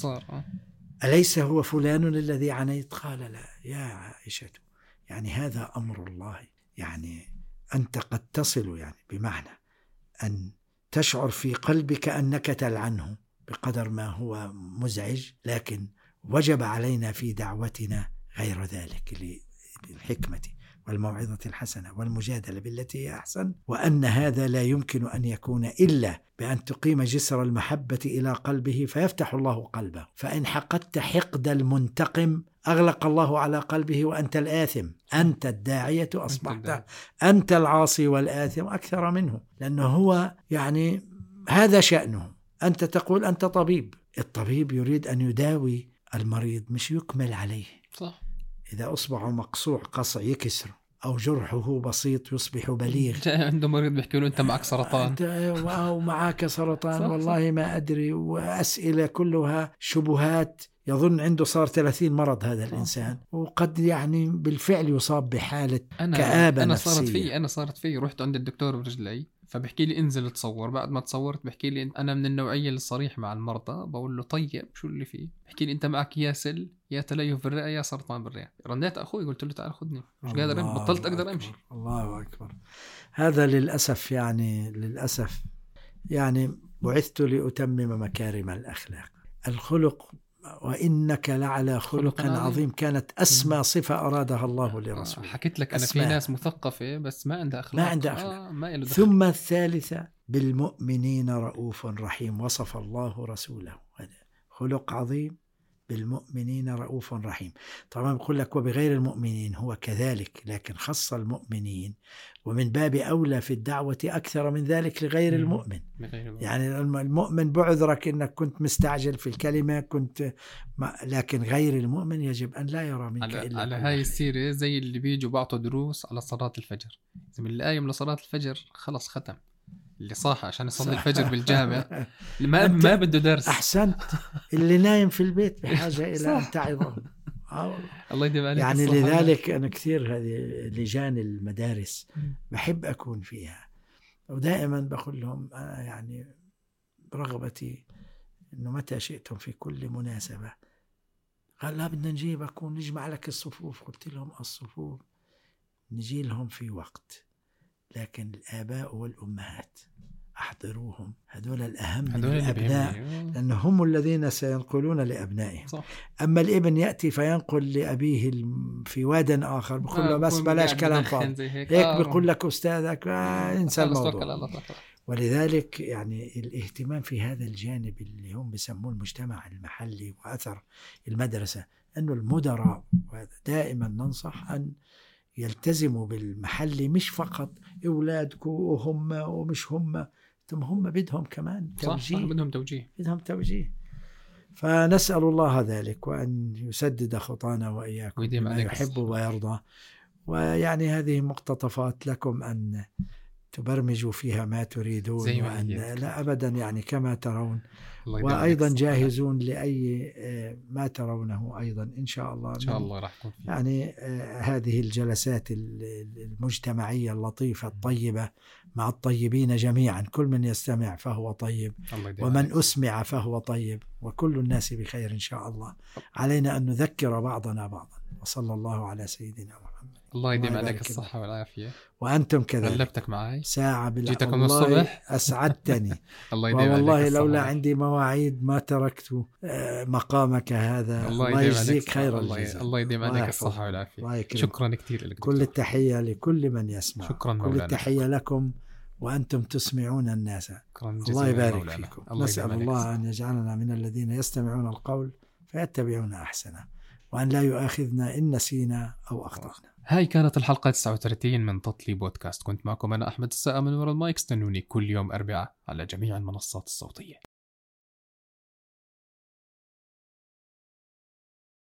أليس هو فلان الذي عنيت؟ قال لا يا عائشة، يعني هذا أمر الله، يعني أنت قد تصل يعني بمعنى أن تشعر في قلبك أنك تلعنه بقدر ما هو مزعج، لكن وجب علينا في دعوتنا غير ذلك بالحكمة والموعظة الحسنة والمجادلة بالتي هي أحسن، وأن هذا لا يمكن أن يكون إلا بأن تقيم جسر المحبة إلى قلبه فيفتح الله قلبه. فإن حقدت حقد المنتقم أغلق الله على قلبه وأنت الآثم، أنت الداعية أصبحت أنت العاصي والآثم أكثر منه، لأنه هو يعني هذا شأنه. أنت تقول أنت طبيب، الطبيب يريد أن يداوي المريض مش يكمل عليه. صح. إذا أصبح مقصوع قصع يكسر، أو جرحه بسيط يصبح بليغ. عنده مريض بيحكي له أنت معك سرطان، أو معك سرطان، والله ما أدري، وأسئلة كلها شبهات يظن عنده صار ثلاثين مرض هذا الإنسان، وقد يعني بالفعل يصاب بحالة أنا كآبة أنا نفسية. صارت في أنا صارت في رحت عند الدكتور برجلي، فبحكي لي انزل تصور. بعد ما تصورت بحكي لي أنا من النوعية الصريح مع المرضى، بقول له طيب شو اللي فيه؟ بحكي لي أنت معك يا سل يا تليف بالرئة يا سرطان بالرئة. رنيت أخوي قلت له تعال خدني، مش قادر أمشي، بطلت أقدر أمشي. الله أكبر. هذا للأسف يعني للأسف يعني بعثت لأتمم مكارم الأخلاق. الخلق وإنك لعلى خلق عظيم كانت أسمى صفة أرادها الله لرسوله. حكيت لك أنا في ناس مثقفة بس ما عندها أخلاق، ما عندها أخلاق. آه ما ثم الثالثة بالمؤمنين رؤوف رحيم، وصف الله رسوله هذا خلق عظيم، بالمؤمنين رؤوف رحيم. طبعا بقول لك وبغير المؤمنين هو كذلك، لكن خص المؤمنين، ومن باب أولى في الدعوة أكثر من ذلك لغير المؤمن. يعني المؤمن بعذرك إنك كنت مستعجل في الكلمة كنت ما، لكن غير المؤمن يجب أن لا يرى منك على, إلا على هاي السيرة زي اللي بيجوا بعطوا دروس على صلاة الفجر، من الآية من صلاة الفجر خلص ختم، اللي صاح عشان يصلي الفجر بالجامع ما ما بده درس. أحسنت. اللي نايم في البيت بحاجة إلى أن تعظه. الله يديم عليك. يعني لذلك أنا كثير هذه لجان المدارس بحب أكون فيها، ودائما بقول لهم أنا يعني برغبتي إنه متى شئتم في كل مناسبة. قال لا بدنا نجيبك ونجمع لك الصفوف. قلت لهم الصفوف نجي لهم في وقت، لكن الآباء والأمهات أحضروهم، هذول الأهم من الأبناء، لأنهم الذين سينقلون لأبنائهم. صح. أما الابن يأتي فينقل لأبيه في واد آخر بيقول له بس بلاش كلام فاضي هيك, هيك آه. بيقول لك أستاذك آه انسى الموضوع. ولذلك يعني الاهتمام في هذا الجانب اللي هم بيسموه المجتمع المحلي وأثر المدرسة، أنه المدراء دائما ننصح أن يلتزموا بالمحلي، مش فقط أولادكم وهم ومش هم، ثم هم بدهم كمان توجيه. صح بدهم توجيه بدهم توجيه. فنسأل الله ذلك وأن يسدد خطانا وإياكم بما يحب ويرضى. ويعني هذه مقتطفات لكم أن تبرمجوا فيها ما تريدون، وأن لا أبدا يعني كما ترون، وأيضا جاهزون لأي ما ترونه أيضا إن شاء الله. إن شاء الله راح يكون فيه. يعني هذه الجلسات المجتمعية اللطيفة الطيبة مع الطيبين جميعا، كل من يستمع فهو طيب، ومن أسمع فهو طيب، وكل الناس بخير إن شاء الله. علينا أن نذكر بعضنا بعضا. وصلى الله على سيدنا محمد. الله يديم عليك الصحة والعافية. وأنتم كذلك. غلبتك معي ساعة بالله. جيتكم من الصبح. أسعدتني. الله يديم عليك والله لولا عندي مواعيد ما تركت مقامك هذا. الله, الله يجزيك خير الجزاء. الله يديم عليك الصحة والعافية. شكرا كثير لك. كل التحية لكل من يسمع. شكرا كل مولانا. التحية لكم وأنتم تسمعون الناس. الله يبارك فيكم. الله نسأل الله أن يجعلنا من الذين يستمعون القول فيتبعون أحسنه، وأن لا يؤاخذنا إن نسينا أو أخطأنا. هاي كانت الحلقة تسعة وثلاثين من تطلي بودكاست. كنت معكم أنا أحمد السقا من وراء المايك. استنوني كل يوم أربعاء على جميع المنصات الصوتية.